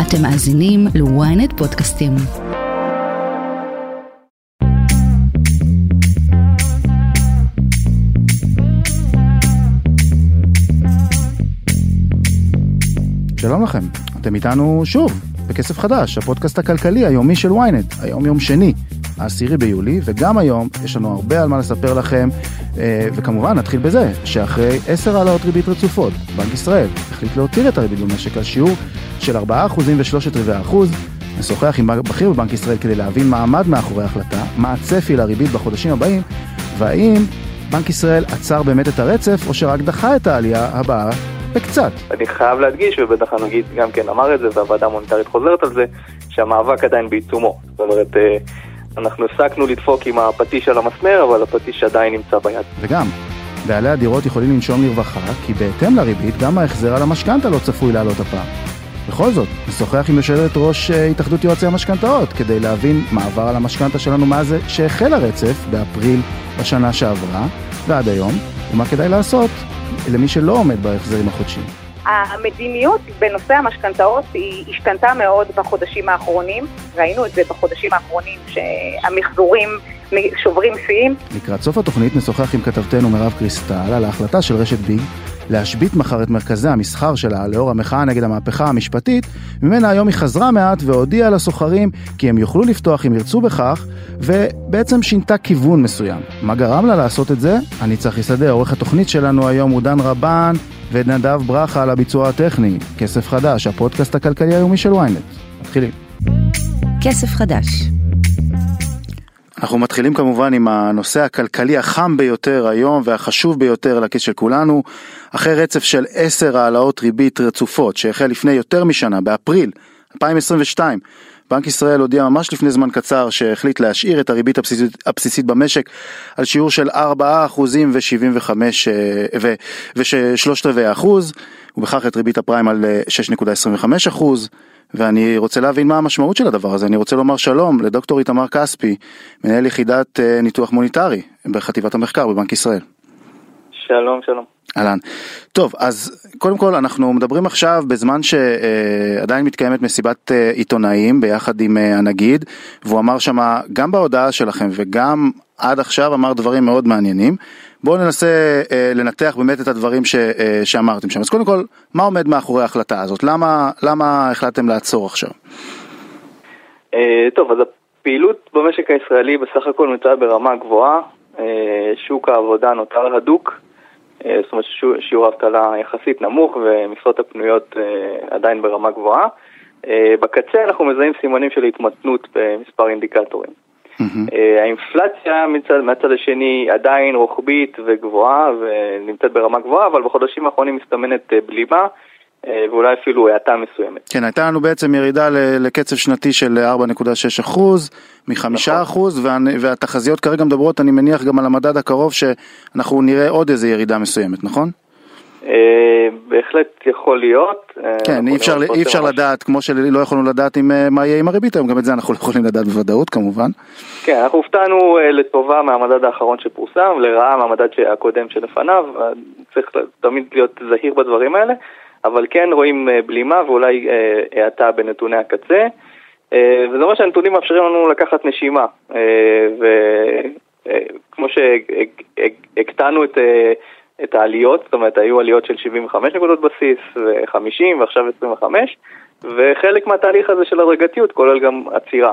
אתם מאזינים ל-ynet פודקאסטים. שלום לכם, אתם איתנו שוב בכסף חדש, הפודקאסט הכלכלי היומי של ynet, היום יום שני, 10 ביולי, וגם היום יש לנו הרבה על מה לספר לכם, וכמובן נתחיל בזה שאחרי 10 העלאות ריבית רצופות, בנק ישראל החליט להותיר את הריבית במשק על שיעור של 4% ו3/4%. נשוחח עם בכיר בבנק ישראל כדי להבין מה עמד מאחורי ההחלטה, מה הצפי לריבית בחודשים הבאים, והאם בנק ישראל עצר באמת את הרצף או שרק דחה את העלייה הבאה בקצת. אני חייב להדגיש, ובטח הנגיד גם כן אמר את זה, והוועדה המוניטרית חוזרת על זה, שהמאבק עדיין בעיצומו. זאת אומרת, אנחנו הפסקנו לדפוק עם הפטיש על המסמר, אבל הפטיש עדיין נמצא ביד. וגם, בעלי הדירות יכולים לנשום לרווחה, כי בהתאם לריבית, גם ההחזר על המשכנתה לא צפוי לעלות הפעם. בכל זאת, נשוחח עם יושבת ראש התאחדות יועצי המשכנתאות, כדי להבין מה עבר על המשכנתה שלנו מאז שהחל הרצף באפריל בשנה שעברה, ועד היום, ומה כדאי לעשות למי שלא עומד בהחזרים החודשיים. המדיניות בנושא המשכנתאות היא השתנתה מאוד בחודשים האחרונים. ראינו את זה בחודשים האחרונים שהמחזורים שוברים שיאים. לקראת סוף התוכנית נשוחח עם כתבתנו מירב קריסטל על ההחלטה של רשת ביג להשבית מחר את מרכזי המסחר שלה לאור המחאה נגד המהפכה המשפטית. ממנה היום היא חזרה מעט והודיעה לסוחרים כי הם יוכלו לפתוח אם ירצו בכך, ובעצם שינתה כיוון מסוים. מה גרם לה לעשות את זה? אני צריך לסדר. עורך התוכנית שלנו היום הוא דן רבן ונדב ברכה על הביצוע הטכני. כסף חדש, הפודקאסט הכלכלי היומי של ynet. מתחילים. כסף חדש. אנחנו מתחילים כמובן עם הנושא הכלכלי החם ביותר היום והחשוב ביותר לכיס של כולנו. אחרי רצף של 10 העלאות ריבית רצופות שהחל לפני יותר משנה, באפריל 2022, בנק ישראל הודיע ממש לפני זמן קצר שהחליט להשאיר את הריבית הבסיסית במשק על שיעור של 4% ו3/4%, ובכך את ריבית הפריים על 6.25%. ואני רוצה להבין מה המשמעות של הדבר הזה. אני רוצה לומר שלום לדוקטור איתמר כספי, מנהל יחידת ניתוח מוניטרי בחטיבת המחקר בבנק ישראל. שלום, שלום. אהלן. טוב, אז קודם כל אנחנו מדברים עכשיו בזמן שעדיין מתקיימת מסיבת עיתונאים ביחד עם הנגיד, והוא אמר שמה גם בהודעה שלכם וגם עד עכשיו אמר דברים מאוד מעניינים. בואו ננסה לנתח באמת את הדברים שאמרתם שם. אז קודם כל, מה עומד מאחורי ההחלטה הזאת? למה החלטתם לעצור עכשיו? טוב, אז הפעילות במשק הישראלי בסך הכל נמצאה ברמה גבוהה. שוק העבודה נותר הדוק. זאת אומרת שיעור האבטלה יחסית נמוך ומשרות הפנויות עדיין ברמה גבוהה. בקצה אנחנו מזהים סימנים של התמתנות במספר אינדיקטורים. האינפלציה מהצד השני עדיין רוחבית וגבוהה ונמצאת ברמה גבוהה, אבל בחודשים האחרונים מסתמנת בלימה ואולי אפילו האטה מסוימת. כן, הייתה לנו בעצם ירידה לקצב שנתי של 4.6% מ5%, והתחזיות כרגע מדברות, אני מניח גם על המדד הקרוב שאנחנו נראה עוד איזה ירידה מסוימת, נכון? בהחלט יכול להיות. כן, אי אפשר לדעת, כמו שלא יכולנו לדעת מה יהיה עם הריבית היום, גם את זה אנחנו לא יכולים לדעת בוודאות כמובן. כן, אנחנו הופתענו לטובה מהמדד האחרון שפורסם, לרעה מהמדד הקודם שלפניו, צריך תמיד להיות זהיר בדברים האלה, אבל כן רואים בלימה ואולי האטה בנתוני הקצה, וזה אומר שהנתונים מאפשרים לנו לקחת נשימה, וכמו שהקטנו את העליות, זאת אומרת, היו עליות של 75 נקודות בסיס, ו-50 ועכשיו 25, וחלק מהתהליך הזה של הדרגתיות כולל גם עצירה,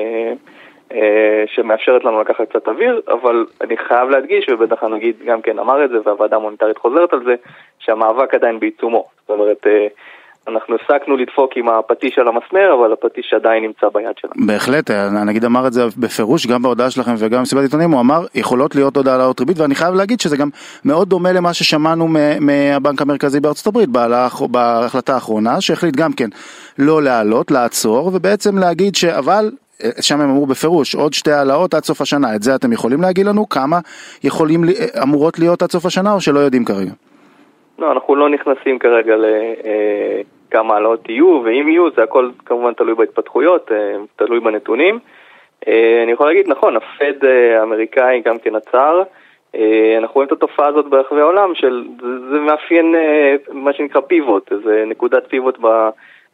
שמאפשרת לנו לקחת קצת אוויר, אבל אני חייב להדגיש, ובטח הנגיד גם כן אמר את זה, והוועדה המוניטרית חוזרת על זה, שהמאבק עדיין בעיצומו. זאת אומרת, אנחנו הפסקנו לדפוק עם הפטיש על המסמר, אבל הפטיש עדיין נמצא ביד שלנו. בהחלט, הנגיד אמר את זה בפירוש, גם בהודעה שלכם וגם במסיבת עיתונאים, הוא אמר, יכולות להיות עוד העלאות ריבית, ואני חייב להגיד שזה גם מאוד דומה למה ששמענו מהבנק המרכזי בארצות הברית, בהחלטה האחרונה, שהחליט גם כן לא להעלות, לעצור, ובעצם להגיד אבל שם הם אמרו בפירוש, עוד 2 העלאות עד סוף השנה. את זה אתם יכולים להגיד לנו? כמה אמורות להיות עד סוף השנה, או שלא יודעים כרגע? לא, אנחנו לא נכנסים כרגע לכמה העלאות יהיו, ואם יהיו, זה הכל כמובן תלוי בהתפתחויות, תלוי בנתונים. אני יכול להגיד, נכון, הפד האמריקאי גם כן עצר, אנחנו רואים את התופעה הזאת ברחבי העולם, זה מאפיין מה שנקרא פיבוט, זה נקודת פיבוט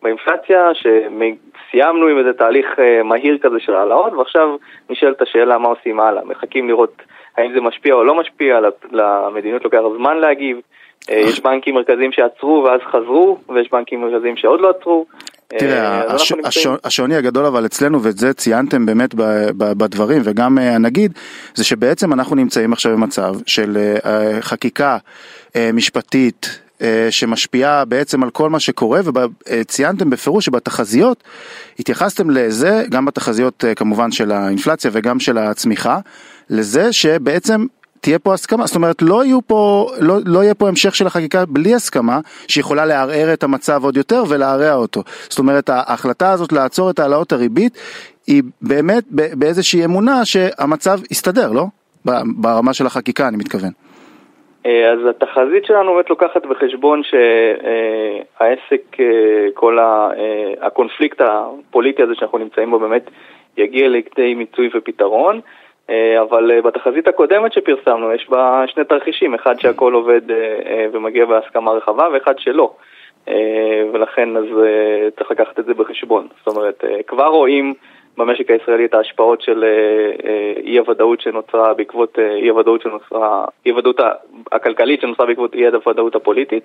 באינפלציה, שסיימנו עם איזה תהליך מהיר כזה של העלאות, ועכשיו נשאלת השאלה מה עושים הלאה. מחכים לראות האם זה משפיע או לא משפיע, למדיניות לוקח זמן להגיב. יש בנקים מרכזיים שעצרו ואז חזרו, ויש בנקים מרכזיים שעוד לא עצרו. תראה, השוני הגדול אבל אצלנו, ואת זה ציינתם באמת בדברים, וגם הנגיד, זה שבעצם אנחנו נמצאים עכשיו במצב של חקיקה משפטית, שמשפיעה בעצם על כל מה שקורה, וציינתם בפירוש שבתחזיות, התייחסתם לזה, גם בתחזיות כמובן של האינפלציה וגם של הצמיחה, לזה שבעצם תהיה פה הסכמה, זאת אומרת לא יהיה פה המשך של החקיקה בלי הסכמה, שיכולה לערער את המצב עוד יותר ולהרע אותו. זאת אומרת, ההחלטה הזאת לעצור את העלאות הריבית, היא באמת באיזושהי אמונה שהמצב יסתדר, לא? ברמה של החקיקה אני מתכוון. אז התחזית שלנו באמת לוקחת בחשבון שהעסק, כל הקונפליקט הפוליטי הזה שאנחנו נמצאים בו באמת יגיע לכדי מיצוי ופתרון, אבל בתחזית הקודמת שפרסמנו יש בה שני תרחישים, אחד שהכל עובד ומגיע בהסכמה רחבה ואחד שלא, ולכן אז צריך לקחת את זה בחשבון. זאת אומרת, כבר רואים במשק הישראלי את ההשפעות של אי-הוודאות שנוצרה בעקבות אי-הוודאות הכלכלית שנוצרה בעקבות אי-הוודאות הפוליטית,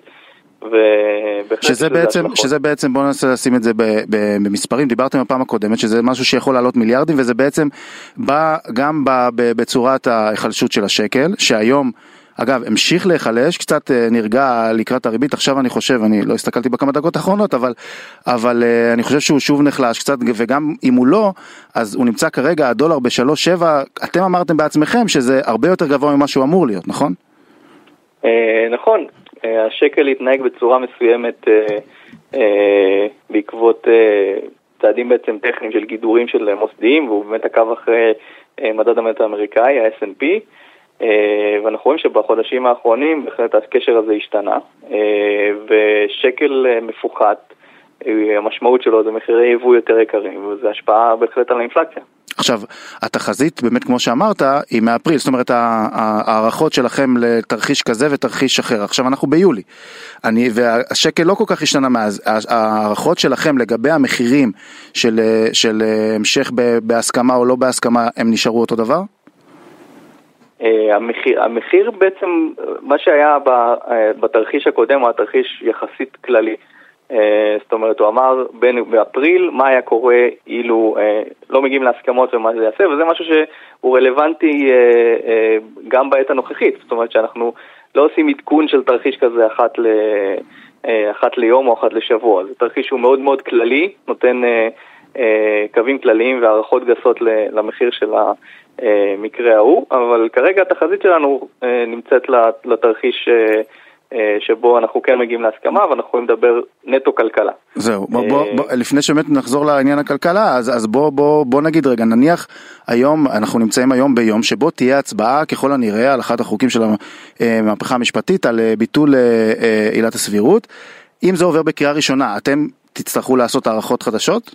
שזה בעצם בוא ננסה לשים את זה במספרים. דיברתם בפעם הקודמת שזה משהו שיכול לעלות מיליארדים, וזה בעצם בא גם בצורת ההיחלשות של השקל, שהיום אגב המשיך להיחלש, קצת נרגע לקראת הריבית. עכשיו אני חושב, אני לא הסתכלתי בכמה דקות האחרונות, אבל אני חושב שהוא שוב נחלש קצת, וגם אם הוא לא, אז הוא נמצא כרגע הדולר ב-3.7. אתם אמרתם בעצמכם שזה הרבה יותר גבוה ממה שהוא אמור להיות, נכון? נכון. השקל התנהג בצורה מסוימת בעקבות צעדים בעצם טכניים של גידורים של מוסדיים, והוא באמת עקב אחרי מדד המטר האמריקאי, ה-S&P, ואנחנו רואים שבחודשים האחרונים בהחלט הקשר הזה השתנה, ושקל מפוחת, המשמעות שלו זה מחירי יבוא יותר יקרים, וזה השפעה בהחלט על האינפלציה. עכשיו, התחזית, באמת כמו שאמרת, היא מאפריל, זאת אומרת, הערכות שלכם לתרחיש כזה ותרחיש אחר. עכשיו אנחנו ביולי, והשקל לא כל כך השתנה מאז. הערכות שלכם לגבי המחירים של המשך בהסכמה או לא בהסכמה, הם נשארו אותו דבר? המחיר בעצם, מה שהיה בתרחיש הקודם, הוא התרחיש יחסית כללי. זאת אומרת, הוא אמר באפריל מה היה קורה אילו לא מגיעים להסכמות ומה זה יעשה, וזה משהו שהוא רלוונטי גם בעת הנוכחית. זאת אומרת שאנחנו לא עושים עדכון של תרחיש כזה אחת ליום או אחת לשבוע. זה תרחיש שהוא מאוד מאוד כללי, נותן קווים כלליים והערכות גסות למחיר של המקרה ההוא, אבל כרגע התחזית שלנו נמצאת לתרחיש שבו אנחנו כן מגיעים להסכמה, ואנחנו יכולים לדבר נטו כלכלה. זהו, לפני שבאמת נחזור לעניין הכלכלה, אז בוא נגיד רגע, נניח היום, אנחנו נמצאים היום ביום שבו תהיה הצבעה ככל הנראה על אחד החוקים של המהפכה המשפטית, על ביטול עילת הסבירות. אם זה עובר בקריאה ראשונה, אתם תצטרכו לעשות הערכות חדשות?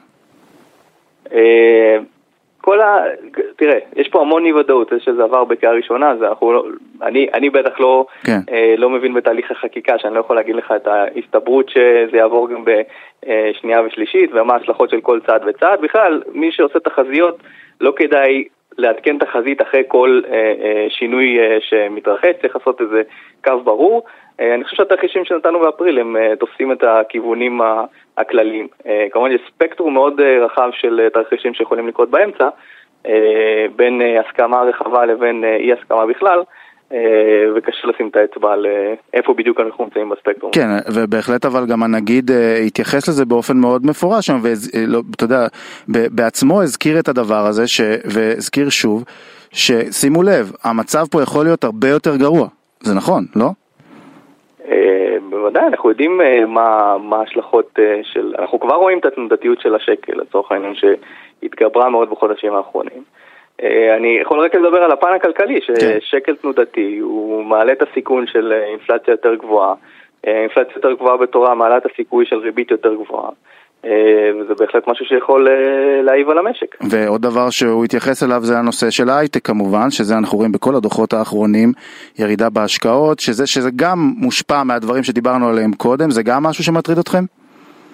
תראה, יש פה המון אי-ודאות, שזה עבר בקריאה ראשונה, אני בטח לא מבין בתהליך החקיקה, שאני לא יכול להגיד לך את ההסתברות שזה יעבור גם בשנייה ושלישית, ומה ההשלכות של כל צעד וצעד. בכלל, מי שעושה תחזיות, לא כדאי לעדכן תחזית אחרי כל שינוי שמתרחש, צריך לעשות איזה קו ברור. אני חושב שהתרחישים שנתנו באפריל הם תופסים את הכיוונים הכלליים. כמובן יש ספקטרום מאוד רחב של תרחישים שיכולים לקרות באמצע, בין הסכמה רחבה לבין אי הסכמה בכלל, וקשה לשים את האצבע על איפה בדיוק אנחנו נמצאים בספקטרום. כן, ובהחלט אבל גם הנגיד התייחס לזה באופן מאוד מפורש, ואתה יודע, בעצמו הזכיר את הדבר הזה, והזכיר שוב, ששימו לב, המצב פה יכול להיות הרבה יותר גרוע. זה נכון, לא? בוודאי, אנחנו יודעים מה ההשלכות של, אנחנו כבר רואים את התנודתיות של השקל, לצורך העניין שהתגברה מאוד בחודשים האחרונים. אני יכול רק לדבר על הפן הכלכלי, ששקל תנודתי, הוא מעלה את הסיכון של אינפלציה יותר גבוהה, אינפלציה יותר גבוהה בתורה מעלה את הסיכוי של ריבית יותר גבוהה, וזה בהחלט משהו שיכול להעיב על המשק. ועוד דבר שהוא התייחס אליו זה הנושא של ההייטק כמובן, שזה אנחנו רואים בכל הדוחות האחרונים, ירידה בהשקעות, שזה גם מושפע מהדברים שדיברנו עליהם קודם, זה גם משהו שמטריד אתכם?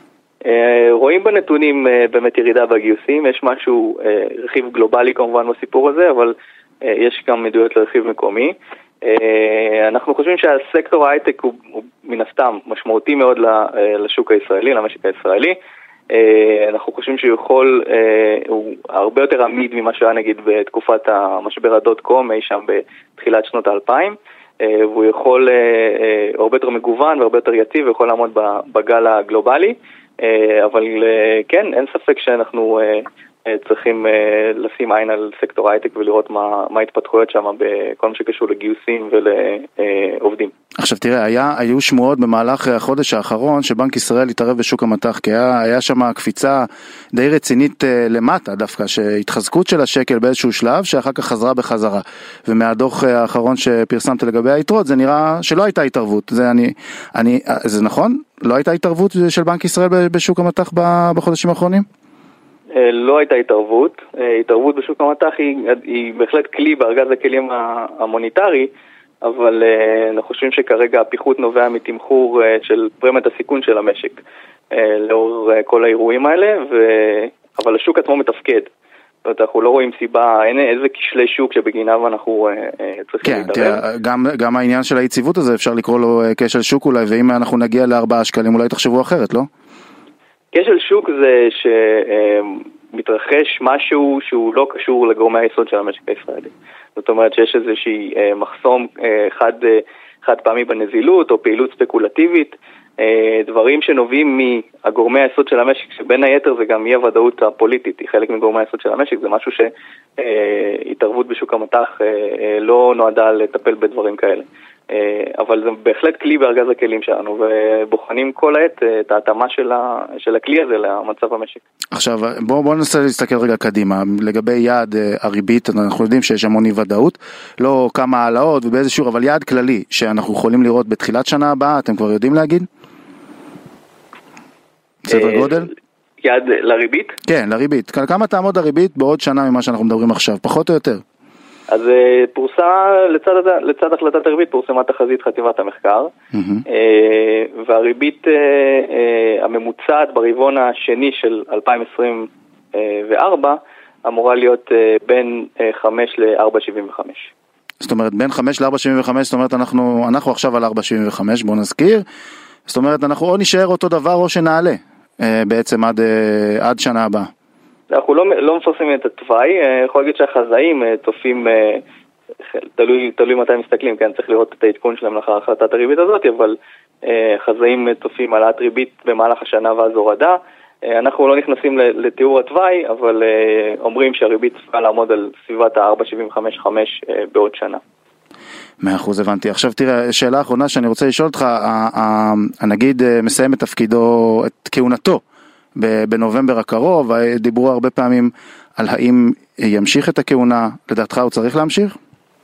רואים בנתונים באמת ירידה בגיוסים, יש משהו, רכיב גלובלי כמובן בסיפור הזה, אבל יש גם עדויות לרכיב מקומי. אנחנו חושבים שהסקטור ההייטק הוא מן הסתם משמעותי מאוד לשוק הישראלי, למשק הישראלי. אנחנו חושבים שהוא יכול, הוא הרבה יותר עמיד ממה שהיה נגיד בתקופת המשבר הדוט-קום, אי שם בתחילת שנות ה-2000, והוא יכול הרבה יותר מגוון והרבה יותר יציב, ויכול לעמוד בגל הגלובלי, אבל כן, אין ספק שאנחנו צריכים לשים עין על סקטור הייטק ולראות מה ההתפתחויות שם בכל מה שקשור לגיוסים ולעובדים. עכשיו תראה, היו שמועות במהלך החודש האחרון שבנק ישראל התערב בשוק המטח, כי היה שם קפיצה די רצינית למטה דווקא, שהתחזקות של השקל באיזשהו שלב שאחר כך חזרה בחזרה, ומהדוח האחרון שפרסמת לגבי היתרות זה נראה שלא הייתה התערבות. זה נכון? לא הייתה התערבות של בנק ישראל בשוק המטח בחודשים האחרונים? לא הייתה התערבות. התערבות בשוק המטח היא בהחלט כלי בארגז הכלים המוניטרי, אבל אנחנו חושבים שכרגע הפיחות נובע מתמחור של פרמיית הסיכון של המשק לאור כל האירועים האלה, אבל השוק עצמו מתפקד. זאת אומרת, אנחנו לא רואים סיבה, אין איזה כשלי שוק שבגינם אנחנו צריכים להתערב. כן, גם העניין של היציבות הזה אפשר לקרוא לו כשל שוק אולי, ואם אנחנו נגיע ל4 שקלים אולי תחשבו אחרת, לא? כשל שוק זה שמתרחש משהו שהוא לא קשור לגורמי היסוד של המשק הישראלי. זאת אומרת שיש איזושהי מחסום חד פעמי בנזילות או פעילות ספקולטיבית, דברים שנובעים מהגורמי היסוד של המשק, שבין היתר זה גם אי הוודאות הפוליטית, היא חלק מגורמי היסוד של המשק, זה משהו שהתערבות בשוק המטח לא נועדה לטפל בדברים כאלה. אבל זה בהחלט כלי בארגז הכלים שלנו, ובוחנים כל העת את ההתאמה של הכלי הזה למצב המשק. עכשיו, בואו ננסה להסתכל רגע קדימה. לגבי יעד הריבית, אנחנו יודעים שיש המון אי ודאות, לא כמה העלאות ובאיזה שיעור, אבל יעד כללי שאנחנו יכולים לראות בתחילת שנה הבאה, אתם כבר יודעים להגיד? סדר גודל? יעד לריבית? כן, לריבית. כמה תעמוד הריבית בעוד שנה ממה שאנחנו מדברים עכשיו, פחות או יותר? אז פורסה, לצד החלטת הריבית פורסמה תחזית חטיבת המחקר, והריבית הממוצעת ברבעון השני של 2024 אמורה להיות בין 5 ל-4.75. זאת אומרת, בין 5 ל-4.75, זאת אומרת, אנחנו עכשיו על 4.75, בוא נזכיר. זאת אומרת, אנחנו או נשאר אותו דבר או שנעלה, בעצם עד שנה הבאה. אנחנו לא מפרסמים את התוואי, יכול להגיד שהחזאים צופים, תלוי מתי מסתכלים, כן, צריך לראות את העדכון שלהם לאחר החלטת הריבית הזאת, אבל חזאים צופים העלאת ריבית במהלך השנה ואז הורדה. אנחנו לא נכנסים לתיאור התוואי, אבל אומרים שהריבית צריכה לעמוד על סביבת ה-4.75 בעוד שנה. 100% הבנתי. עכשיו תראה, שאלה האחרונה שאני רוצה לשאול אותך, הנגיד מסיים את תפקידו, את כהונתו, בנובמבר הקרוב, דיברו הרבה פעמים על האם ימשיך את הכהונה, לדעתך הוא צריך להמשיך?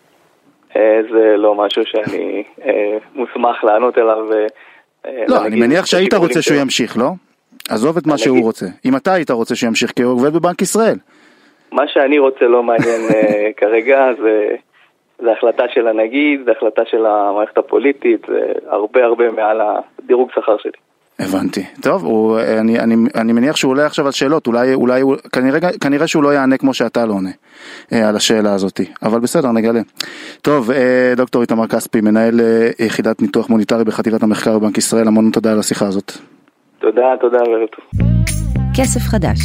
זה לא משהו שאני מוסמך לענות אליו. לא, אני מניח שהיית רוצה שהוא ימשיך, לא? עזוב את מה שהוא רוצה. אם אתה היית רוצה שהוא ימשיך כי הוא עובד בבנק ישראל. מה שאני רוצה לא מעניין כרגע, זה החלטה של הנגיד, זה החלטה של המערכת הפוליטית, זה הרבה מעל הדירוג שכר שלי. הבנתי. טוב, אני מניח שהוא עולה עכשיו על שאלות, אולי כנראה שהוא לא יענה כמו שאתה לא עונה על השאלה הזאת, אבל בסדר, נגלה. טוב, דוקטור איתמר כספי, מנהל יחידת ניתוח מוניטרי בחטיבת המחקר בבנק ישראל, המון תודה על השיחה הזאת. תודה, וערב טוב. כסף חדש.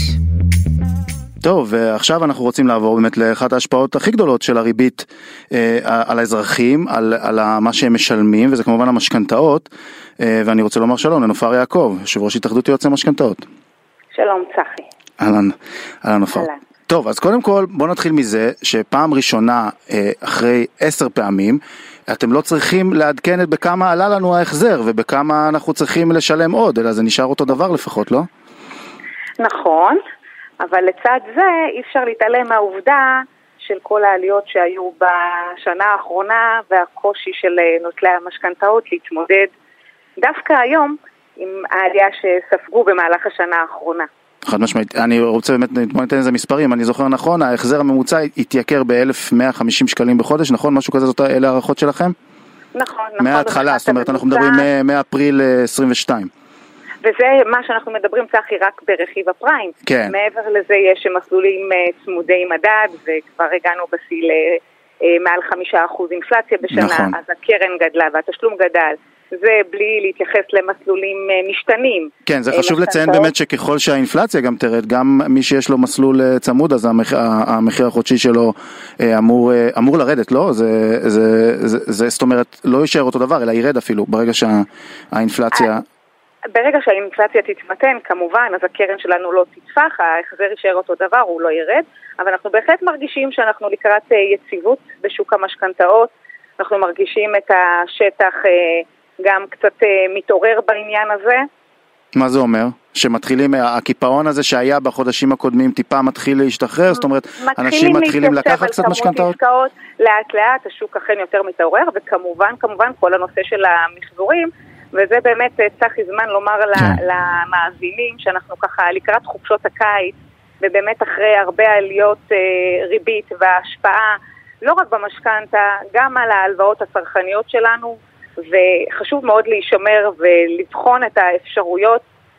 טוב, ועכשיו אנחנו רוצים לעבור באמת לאחת ההשפעות הכי גדולות של הריבית על האזרחים, על מה שהם משלמים, וזה כמובן המשכנתאות, ואני רוצה לומר שלום לנופר יעקב, יושב ראש התאחדות יועצי משכנתאות. שלום צחי. אהלן נופר. טוב, אז קודם כל בוא נתחיל מזה שפעם ראשונה אחרי 10 פעמים, אתם לא צריכים לעדכן את בכמה עלה לנו ההחזר, ובכמה אנחנו צריכים לשלם עוד, אלא זה נשאר אותו דבר לפחות, לא? נכון. אבל לצד זה אי אפשר להתעלם מהעובדה של כל העליות שהיו בשנה האחרונה והקושי של נוטלי המשכנתאות להתמודד דווקא היום עם העלייה שספגו במהלך השנה האחרונה. חד משמעית, אני רוצה באמת לתת איזה מספרים, אני זוכר נכון, ההחזר הממוצע התייקר ב-1,150 שקלים בחודש, נכון? משהו כזה, אלה הערכות שלכם? נכון. מההתחלה, זאת אומרת אנחנו מדברים מאפריל 22. וזה מה שאנחנו מדברים, צחי, רק ברכיב הפריים. כן. מעבר לזה יש מסלולים צמודי מדד, וכבר הגענו בשיא מעל 5% אינפלציה בשנה, נכון. אז הקרן גדלה והתשלום גדל. זה בלי להתייחס למסלולים משתנים. כן, זה חשוב לציין באמת שככל שהאינפלציה גם תרד, גם מי שיש לו מסלול צמוד, אז המחיר החודשי שלו אמור לרדת, לא? זאת אומרת, לא יישאר אותו דבר, אלא ירד אפילו, ברגע שהאינפלציה... ברגע שהאינפלציה תתמתן, כמובן, אז הקרן שלנו לא תתפח, ההחזר יישאר אותו דבר, הוא לא ירד, אבל אנחנו בהחלט מרגישים שאנחנו לקראת יציבות בשוק המשכנתאות, אנחנו מרגישים את השטח גם קצת מתעורר בעניין הזה. מה זה אומר? שמתחילים, הקיפאון הזה שהיה בחודשים הקודמים טיפה מתחיל להשתחרר, זאת אומרת, אנשים מתחילים לקחת קצת משכנתאות? לאט לאט השוק אכן יותר מתעורר, וכמובן, כל הנושא של המחזורים, וזה באמת צריך זמן לומר למאזינים, שאנחנו ככה לקראת חופשות הקיץ, ובאמת אחרי הרבה עליות ריבית וההשפעה, לא רק במשכנתה, גם על ההלוואות הצרכניות שלנו, וחשוב מאוד להישמר ולבחון את האפשרויות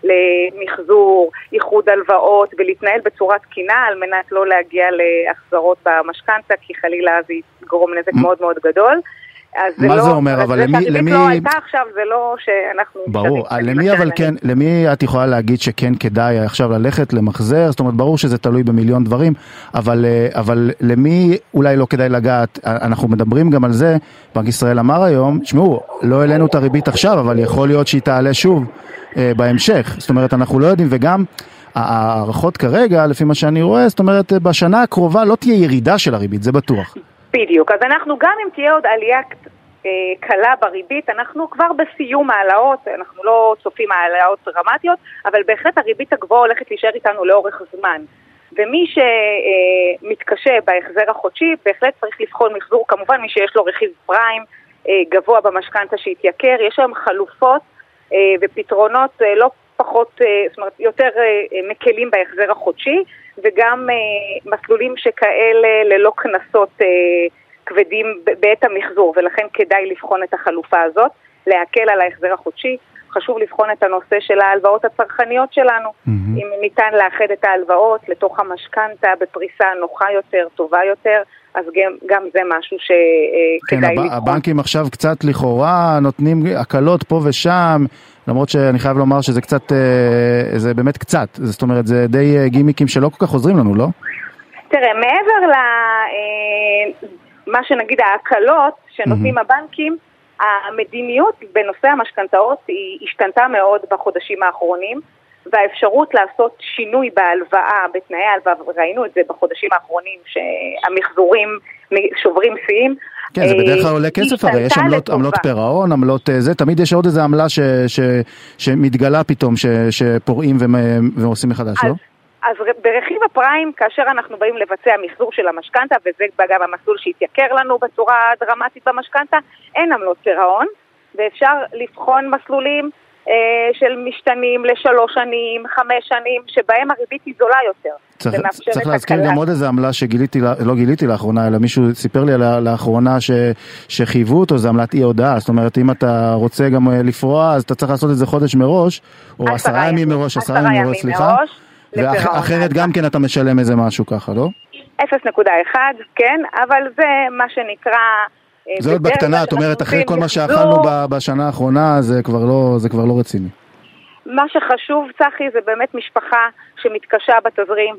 למחזור, איחוד הלוואות, ולהתנהל בצורה תקינה על מנת לא להגיע להחזרות במשכנתה, כי חלילה זה יגרום נזק מאוד מאוד גדול. מה זה אומר? אבל למי... לא הייתה עכשיו, זה לא שאנחנו... ברור, למי את יכולה להגיד שכן כדאי עכשיו ללכת למחזר? זאת אומרת, ברור שזה תלוי במיליון דברים, אבל למי אולי לא כדאי לגעת? אנחנו מדברים גם על זה, בנק ישראל אמר היום, שמעו, לא העלינו את הריבית עכשיו, אבל יכול להיות שהיא תעלה שוב בהמשך. זאת אומרת, אנחנו לא יודעים, וגם הערכות כרגע, לפי מה שאני רואה, זאת אומרת, בשנה הקרובה לא תהיה ירידה של הריבית, זה בטוח. בדיוק, אז אנחנו גם אם תהיה עוד עלייה קלה בריבית, אנחנו כבר בסיום העלאות, אנחנו לא צופים העלאות דרמטיות, אבל בהחלט הריבית הגבוהה הולכת להישאר איתנו לאורך זמן. ומי שמתקשה בהחזר החודשי, בהחלט צריך לבחון מחזור, כמובן מי שיש לו רכיב פריים גבוה במשכנתה שהתייקר, יש שם חלופות ופתרונות לא פחות, זאת אומרת, יותר מקלים בהחזר החודשי, וגם מסלולים שכאלה ללא כנסות כבדים בעת המחזור, ולכן כדאי לבחון את החלופה הזאת, להקל על ההחזר החודשי. חשוב לבחון את הנושא של ההלוואות הצרכניות שלנו, אם ניתן לאחד את ההלוואות לתוך המשכנתה בפריסה נוחה יותר, טובה יותר, אז גם זה משהו שכדאי לבחון. הבנקים עכשיו קצת לכאורה נותנים הקלות פה ושם, למרות שאני חייב לומר שזה קצת, זה באמת קצת, זאת אומרת, זה די גימיקים שלא כל כך עוזרים לנו, לא? תראה, מעבר למה שנגיד ההקלות שנותנים הבנקים, המדיניות בנושא המשכנתאות היא השתנתה מאוד בחודשים האחרונים, והאפשרות לעשות שינוי בהלוואה, בתנאי ההלוואה, ראינו את זה בחודשים האחרונים, שהמחזורים שוברים שיאים. כן, זה בדרך כלל עולה כסף, הרי יש עמלות פירעון, עמלות זה, תמיד יש עוד איזה עמלה שמתגלה פתאום, שפורעים ועושים מחדש, לא? אז ברכיב הפריים, כאשר אנחנו באים לבצע מחזור של המשכנתה, וזה גם המסלול שהתייקר לנו בצורה דרמטית במשכנתה, אין עמלות פירעון, ואפשר לבחון מסלולים של משתנים ל3 שנים, 5 שנים, שבהם הריבית היא זולה יותר. צריך להזכיר גם עוד איזה עמלה לא גיליתי לאחרונה, אלא מישהו סיפר לי לאחרונה שחייבו אותו, זה עמלת אי הודעה, זאת אומרת, אם אתה רוצה גם לפרוע, אז אתה צריך לעשות את זה חודש מראש, או 10 ימים מראש, 10 ימים מראש, סליחה. ואחרת גם כן אתה משלם איזה משהו ככה, לא? 0.1, כן, אבל זה מה שנקרא... זה עוד בקטנה, את אומרת, אחרי כל מה שאכלנו בשנה האחרונה, זה כבר לא רציני. מה שחשוב, צחי, זה באמת משפחה שמתקשה בתזרים,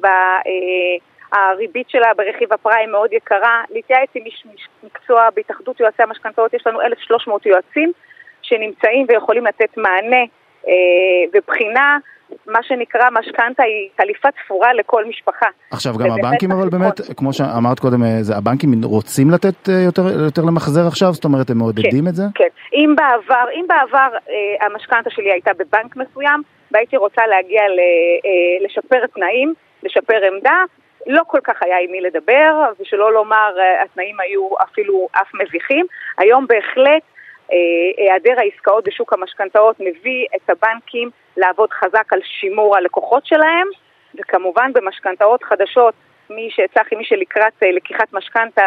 והריבית שלה ברכיב הפריים מאוד יקרה. להתייעץ עם איש מקצוע בהתאחדות יועצי המשכנתאות, יש לנו 1,300 יועצים שנמצאים ויכולים לתת מענה ובחינה. מה שנקרא משכנתה היא חליפה תפורה לכל משפחה. עכשיו גם הבנקים אבל באמת, כמו שאמרת קודם, הבנקים רוצים לתת יותר למחזר עכשיו? זאת אומרת, הם מעודדים את זה? כן. אם בעבר המשכנתה שלי הייתה בבנק מסוים, והייתי רוצה להגיע לשפר תנאים, לשפר עמדה, לא כל כך היה עם מי לדבר, ושלא לומר, התנאים היו אפילו אף מביכים. היום בהחלט, היעדר העסקאות בשוק המשכנתאות מביא את הבנקים לעבוד חזק על שימור הלקוחות שלהם, וכמובן במשכנתאות חדשות, מי שלקראת לקיחת משכנתה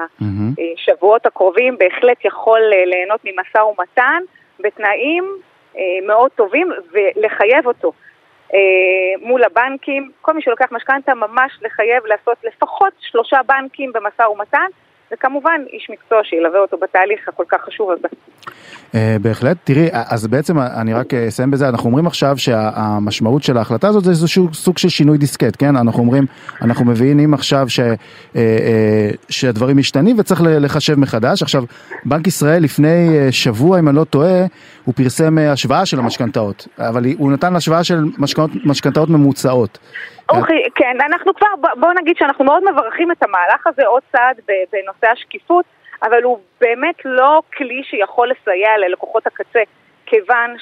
בשבועות הקרובים, בהחלט יכול ליהנות ממשא ומתן בתנאים מאוד טובים, ולחייב אותו מול הבנקים. כל מי שלוקח משכנתה ממש לחייב לעשות לפחות 3 בנקים במשא ומתן, וכמובן איש מקצוע שילווה אותו בתהליך הכל כך חשוב הזה. בהחלט, תראי, אז בעצם אני רק אסיים בזה, אנחנו אומרים עכשיו שהמשמעות של ההחלטה הזאת זה איזשהו סוג של שינוי דיסקט, כן? אנחנו אומרים, אנחנו מבינים עכשיו שהדברים משתנים וצריך לחשב מחדש. עכשיו, בנק ישראל לפני שבוע, אם אני לא טועה, הוא פרסם השוואה של המשכנתאות, אבל הוא נתן השוואה של משכנתאות ממוצעות. כן, אנחנו כבר, בואו נגיד שאנחנו מאוד מברכים את המהלך הזה, עוד צעד בנושא השקיפות, אבל הוא באמת לא כלי שיכול לסייע ללקוחות הקצה, כיוון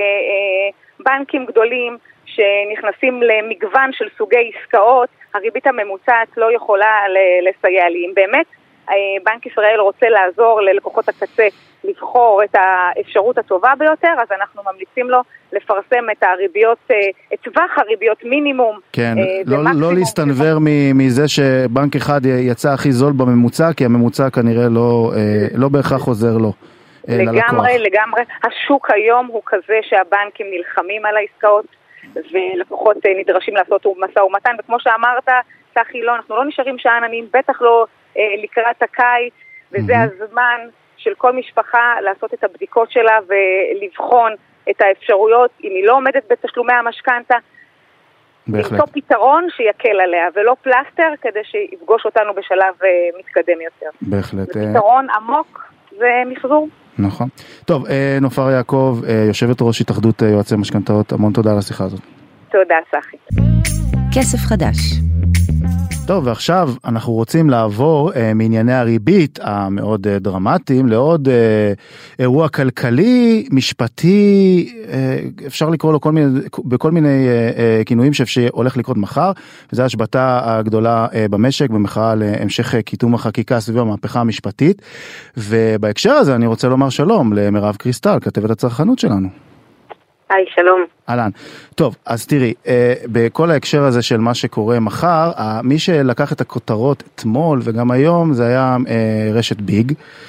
שבנקים גדולים שנכנסים למגוון של סוגי עסקאות, הריבית הממוצעת לא יכולה לסייע לי. אם באמת בנק ישראל רוצה לעזור ללקוחות הקצה לבחור את האפשרות הטובה ביותר, אז אנחנו ממליצים לו לפרסם את הריביות, את טווח הריביות מינימום. כן, לא להסתנבר מזה שבנק אחד יצא הכי זול בממוצע, כי הממוצע כנראה לא בהכרח עוזר לו. לגמרי. השוק היום הוא כזה שהבנקים נלחמים על העסקאות, ולקוחות נדרשים לעשות משא ומתן, וכמו שאמרת, צחי, אנחנו לא נשארים שעננים, בטח לא לקראת הקיץ, וזה הזמן של כל משפחה לעשות את הבדיקות שלה ולבחון את האפשרויות, אם היא לא עומדת בתשלומי המשכנתה, למצוא פתרון שיקל עליה, ולא פלסטר כדי שיפגוש אותנו בשלב מתקדם יותר. בהחלט. זה פתרון עמוק ומחזור. נכון. טוב, נופר יעקב, יושבת ראש התאחדות יועצי משכנתאות, המון תודה על השיחה הזאת. תודה, צחי. כסף חדש. טוב, ועכשיו אנחנו רוצים לעבור מענייני הריבית המאוד דרמטיים לעוד אירוע כלכלי, משפטי, אפשר לקרוא לו בכל מיני כינויים שהולך לקרות מחר, וזו ההשבתה הגדולה במשק במחאה להמשך קידום החקיקה סביב המהפכה המשפטית, ובהקשר הזה אני רוצה לומר שלום למרב קריסטל, כתבת הצרכנות שלנו. היי, שלום. אהלן. טוב, אז תראי, בכל ההקשר הזה של מה שקורה מחר, מי שלקח את הכותרות אתמול וגם היום, זה היה רשת ביג,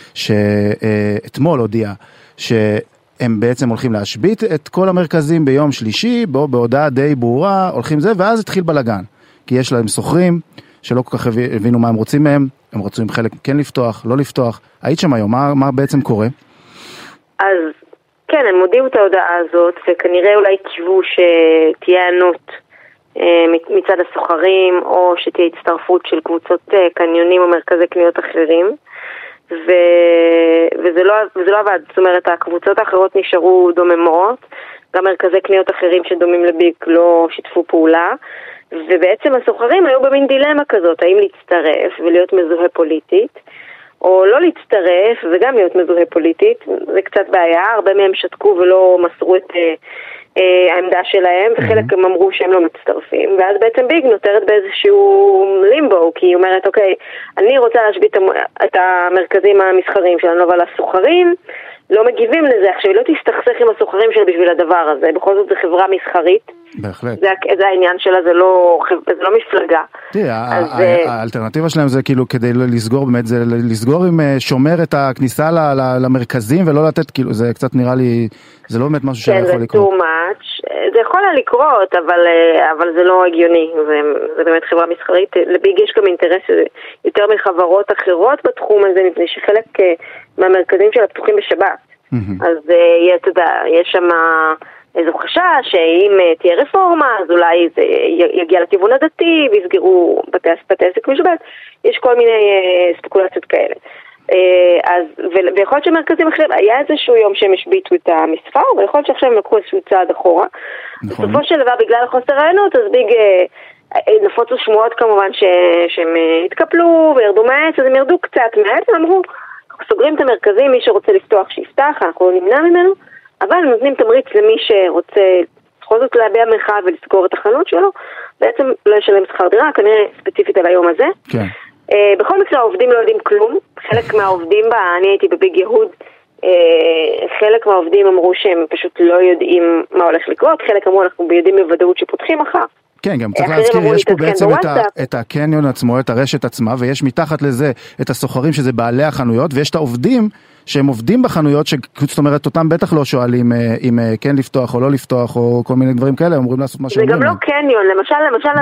שאתמול הודיע שהם בעצם הולכים להשבית את כל המרכזים ביום שלישי, בהודעה די ברורה, הולכים זה, ואז התחיל בלגן. כי יש להם סוחרים שלא כל כך הבינו מה הם רוצים מהם, הם רוצים חלק כן לפתוח, לא לפתוח. היית שם היום, מה בעצם קורה? אז כן, הם מודיעו את ההודעה הזאת, וכנראה אולי קיוו שתהיה ענות מצד הסוחרים, או שתהיה הצטרפות של קבוצות קניונים או מרכזי קניות אחרים, וזה לא עבד. זאת אומרת, הקבוצות האחרות נשארו דוממות, גם מרכזי קניות אחרים שדומים לביג לא שיתפו פעולה, ובעצם הסוחרים היו במין דילמה כזאת, האם להצטרף ולהיות מזוהה פוליטית, או לא להצטרף וגם להיות מזוהה פוליטית. זה קצת בעיה, הרבה מהם שתקו ולא מסרו את העמדה שלהם, וחלק הם אמרו שהם לא מצטרפים, ואז בעצם ביג נותרת באיזשהו לימבו, כי היא אומרת, אוקיי, אני רוצה להשבית את המרכזים המסחריים שלנו, אבל הסוחרים לא מגיבים לזה. עכשיו, היא לא תסתכסך עם הסוחרים שלה בשביל הדבר הזה, בכל זאת זו חברה מסחרית. בהחלט. זה העניין שלה, זה לא מפלגה. תראה, האלטרנטיבה שלהם זה כאילו כדי לסגור, באמת זה לסגור עם שומר את הכניסה למרכזים ולא לתת, כאילו זה קצת נראה לי, זה לא באמת משהו שיכול לקרות. כן, זה too much. זה יכול לקרות, אבל זה לא הגיוני. זה באמת חברה מסחרית. לביג יש גם אינטרס יותר מחברות אחרות בתחום הזה, מפני שחלק מהמרכזים שלה פתוחים בשבת. אז יש שם איזו חשש שאם תהיה רפורמה, אז אולי זה יגיע לכיוון הדתי ויסגרו בתי עסק בשבת. יש כל מיני ספקולציות כאלה. ויכול להיות שמרכזים אחרים, היה איזשהו יום שהם השביטו את המסחר, ויכול להיות שעכשיו הם לקחו איזשהו צעד אחורה. בסופו של דבר, בגלל החוסר הענות, אז ביג נפוצו שמועות כמובן שהם התקפלו וירדו מהעץ, אז הם ירדו קצת מהעץ, ואמרו, אנחנו סוגרים את המרכזים, מי שרוצה לפתוח שיפתח, אנחנו לא נמנע ממנו, אבל נותנים תמריץ למי שרוצה בכל זאת להביע מחאה ולסגור את החנות שלו, בעצם לא ישלם שכר דירה, כנראה ספציפית על היום הזה. כן. בכל מקרה העובדים לא יודעים כלום, חלק מהעובדים אני הייתי בביג יהוד, חלק מהעובדים אמרו שהם פשוט לא יודעים מה הולך לקרות, חלק אמרו אנחנו יודעים בוודאות שפותחים מחר. כן, גם צריך להזכיר, יש פה בעצם את הקניון עצמו, את הרשת עצמה, ויש מתחת לזה את הסוחרים שזה בעלי החנויות, ויש את העובדים שהם עובדים בחנויות, זאת אומרת, אותם בטח לא שואלים אם כן לפתוח או לא לפתוח, או כל מיני דברים כאלה, אומרים לעשות מה שאומרים. זה גם לא קניון, למשל,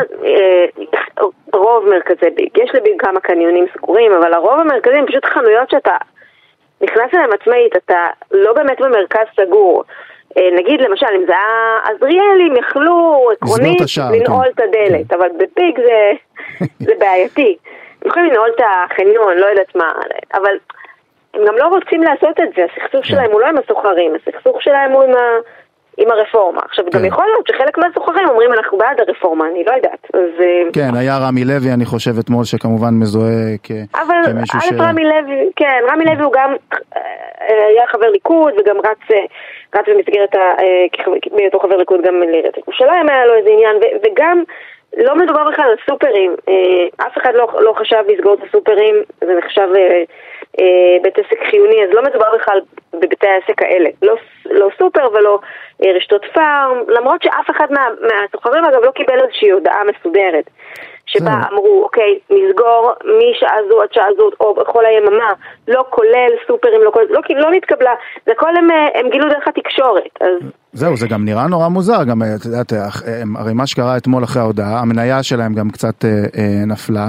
רוב מרכזי ביג, יש לביג כמה קניונים סגורים, אבל הרוב המרכזים פשוט חנויות שאתה נכנס אליהם עצמאית, אתה לא באמת במרכז סגור. נגיד למשל, אם זה היה עזריאלים, יכלו עקרונית לנעול את הדלת, אבל בביג זה בעייתי. הם יכולים לנעול את החניון, לא יודעת מה, אבל הם גם לא רוצים לעשות את זה, הסכסוך שלהם הוא לא עם הסוחרים, הסכסוך שלהם הוא עם הרפורמה. עכשיו, גם יכול להיות שחלק מהסוחרים אומרים, אנחנו בעד הרפורמה, אני לא יודעת. כן, היה רמי לוי, אני חושב אתמול, שכמובן מזוהה כמישהו ש... אבל רמי לוי, כן, רמי לוי הוא גם היה חבר ליכוד, וגם רץ במסגרת, בהיותו חבר ליכוד גם לעיריית ירושלים, היה לו איזה עניין, וגם לא מדובר בכלל על סופרים, אף אחד לא חשב לסגור את הסופרים, זה נחשב בית עסק חיוני, אז לא מדובר בכלל בבתי העסק האלה, לא סופר ולא רשתות פארם, למרות שאף אחד מהסוחרים אגב לא קיבל איזושהי הודעה מסודרת, שבה אמרו, אוקיי, נסגור משעה זו עד שעה זו, או בכל היממה, לא כולל סופרים, לא נתקבלה, זה הכל הם גילו דרך התקשורת, אז... זהו, זה גם נראה נורא מוזר, גם, את יודעת, הרי מה שקרה אתמול אחרי ההודעה, המניה שלהם גם קצת נפלה,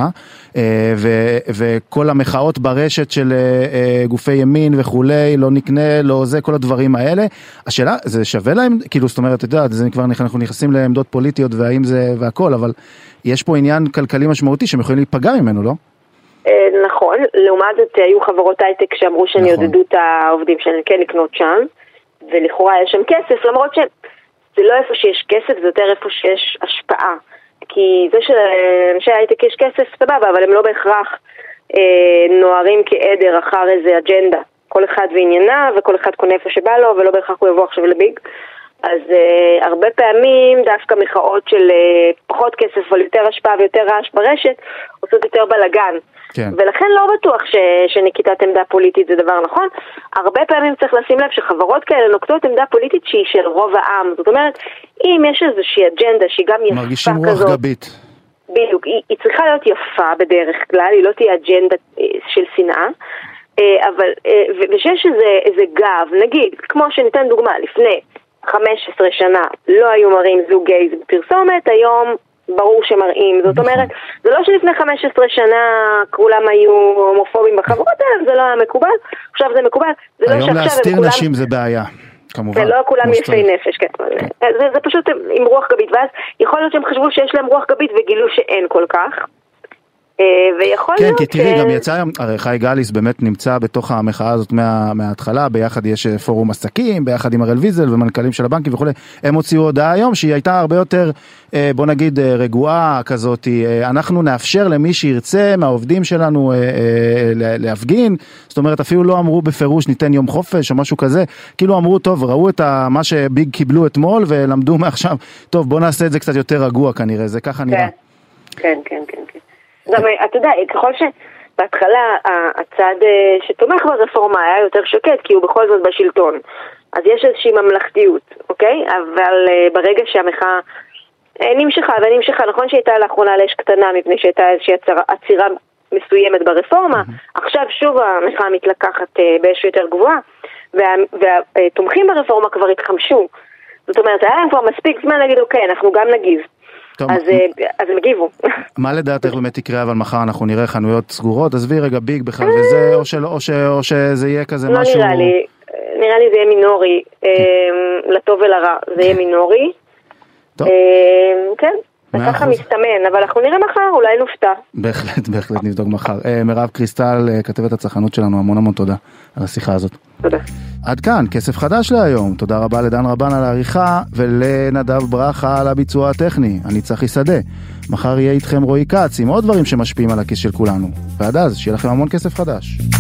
וכל המחאות ברשת של גופי ימין וכולי, לא נקנה, לא זה, כל הדברים האלה. השאלה, זה שווה להם, כאילו, זאת אומרת, את יודעת, זה כבר אנחנו נכנסים לעמדות פוליטיות והאם זה והכל, אבל יש פה עניין כלכלי משמעותי שהם יכולים להיפגע ממנו, לא? נכון, לעומת זאת היו חברות הייטק שאמרו שאני עודדו את העובדים שאני כן לקנות שם, ולכאורה יש שם כסף, למרות שזה לא איפה שיש כסף, זה יותר איפה שיש השפעה. כי זה שלאנשי הייטק יש כסף, סבבה, אבל הם לא בהכרח נוערים כעדר אחר איזה אג'נדה. כל אחד ועניינה, וכל אחד קונה איפה שבא לו, ולא בהכרח הוא יבוא עכשיו לביג. אז הרבה פעמים דווקא מחאות של פחות כסף, אבל יותר השפעה ויותר רעש ברשת, עושות יותר בלגן. כן. ולכן לא בטוח שנקיטת עמדה פוליטית זה דבר נכון. הרבה פעמים צריך לשים לב שחברות כאלה נוקטות עמדה פוליטית שהיא של רוב העם. זאת אומרת, אם יש איזושהי אג'נדה שהיא גם יפה כזאת... מרגישים רוח גבית. בדיוק, היא צריכה להיות יפה בדרך כלל, היא לא תהיה אג'נדה של שנאה, אבל, ושיש איזה גב, נגיד, כמו שניתן דוגמה, לפני 15 שנה לא היו מראים זוג גייז בפרסומת, היום ברור שמראים. זאת אומרת, זה לא שלפני 15 שנה כולם היו הומופובים בחברות, זה לא היה מקובל, עכשיו זה מקובל. היום להסתיר נשים זה בעיה, כמובן. זה לא כולם יפי נפש, כן. זה פשוט עם רוח גבית, ואז יכול להיות שהם חשבו שיש להם רוח גבית וגילו שאין כל כך. ויכול להיות כי תראי, גם יצא היום, הרי חי גליס באמת נמצא בתוך המחאה הזאת מההתחלה, ביחד יש פורום עסקים, ביחד עם הראל ויזל ומנכ"לים של הבנקים וכו'. הם הוציאו הודעה היום שהיא הייתה הרבה יותר, בוא נגיד, רגועה כזאת, אנחנו נאפשר למי שירצה מהעובדים שלנו להפגין, זאת אומרת אפילו לא אמרו בפירוש ניתן יום חופש או משהו כזה, כאילו אמרו טוב, ראו את מה שביג קיבלו אתמול ולמדו מעכשיו, טוב בוא נעשה את זה קצת יותר רגוע כנראה, זה ככה נראה. כן. גם, אתה יודע, ככל שבהתחלה הצד שתומך ברפורמה היה יותר שקט, כי הוא בכל זאת בשלטון. אז יש איזושהי ממלכתיות, אוקיי? אבל ברגע שהמחאה נמשכה, נכון שהייתה לאחרונה לאש קטנה, מפני שהייתה איזושהי עצירה מסוימת ברפורמה, עכשיו שוב המחאה מתלקחת באש יותר גבוהה, והתומכים ברפורמה כבר התחמשו. זאת אומרת, היה להם כבר מספיק זמן להגיד, אוקיי, אנחנו גם נגיב. אז הם הגיבו. מה לדעתך באמת יקרה, אבל מחר אנחנו נראה חנויות סגורות, עזבי רגע ביג בכלל וזה, או שזה יהיה כזה משהו... לא נראה לי זה יהיה מינורי, לטוב ולרע, זה יהיה מינורי. כן, וככה מסתמן, אבל אנחנו נראה מחר, אולי נופתע. בהחלט נבדוק מחר. מירב קריסטל, כתבת הצרכנות שלנו, המון תודה על השיחה הזאת. תודה. עד כאן, כסף חדש להיום. תודה רבה לדן רבן על העריכה ולנדב ברכה על הביצוע הטכני. אני צחי שדה. מחר יהיה איתכם רועי קץ עם עוד דברים שמשפיעים על הכיס של כולנו. ועד אז, שיהיה לכם המון כסף חדש.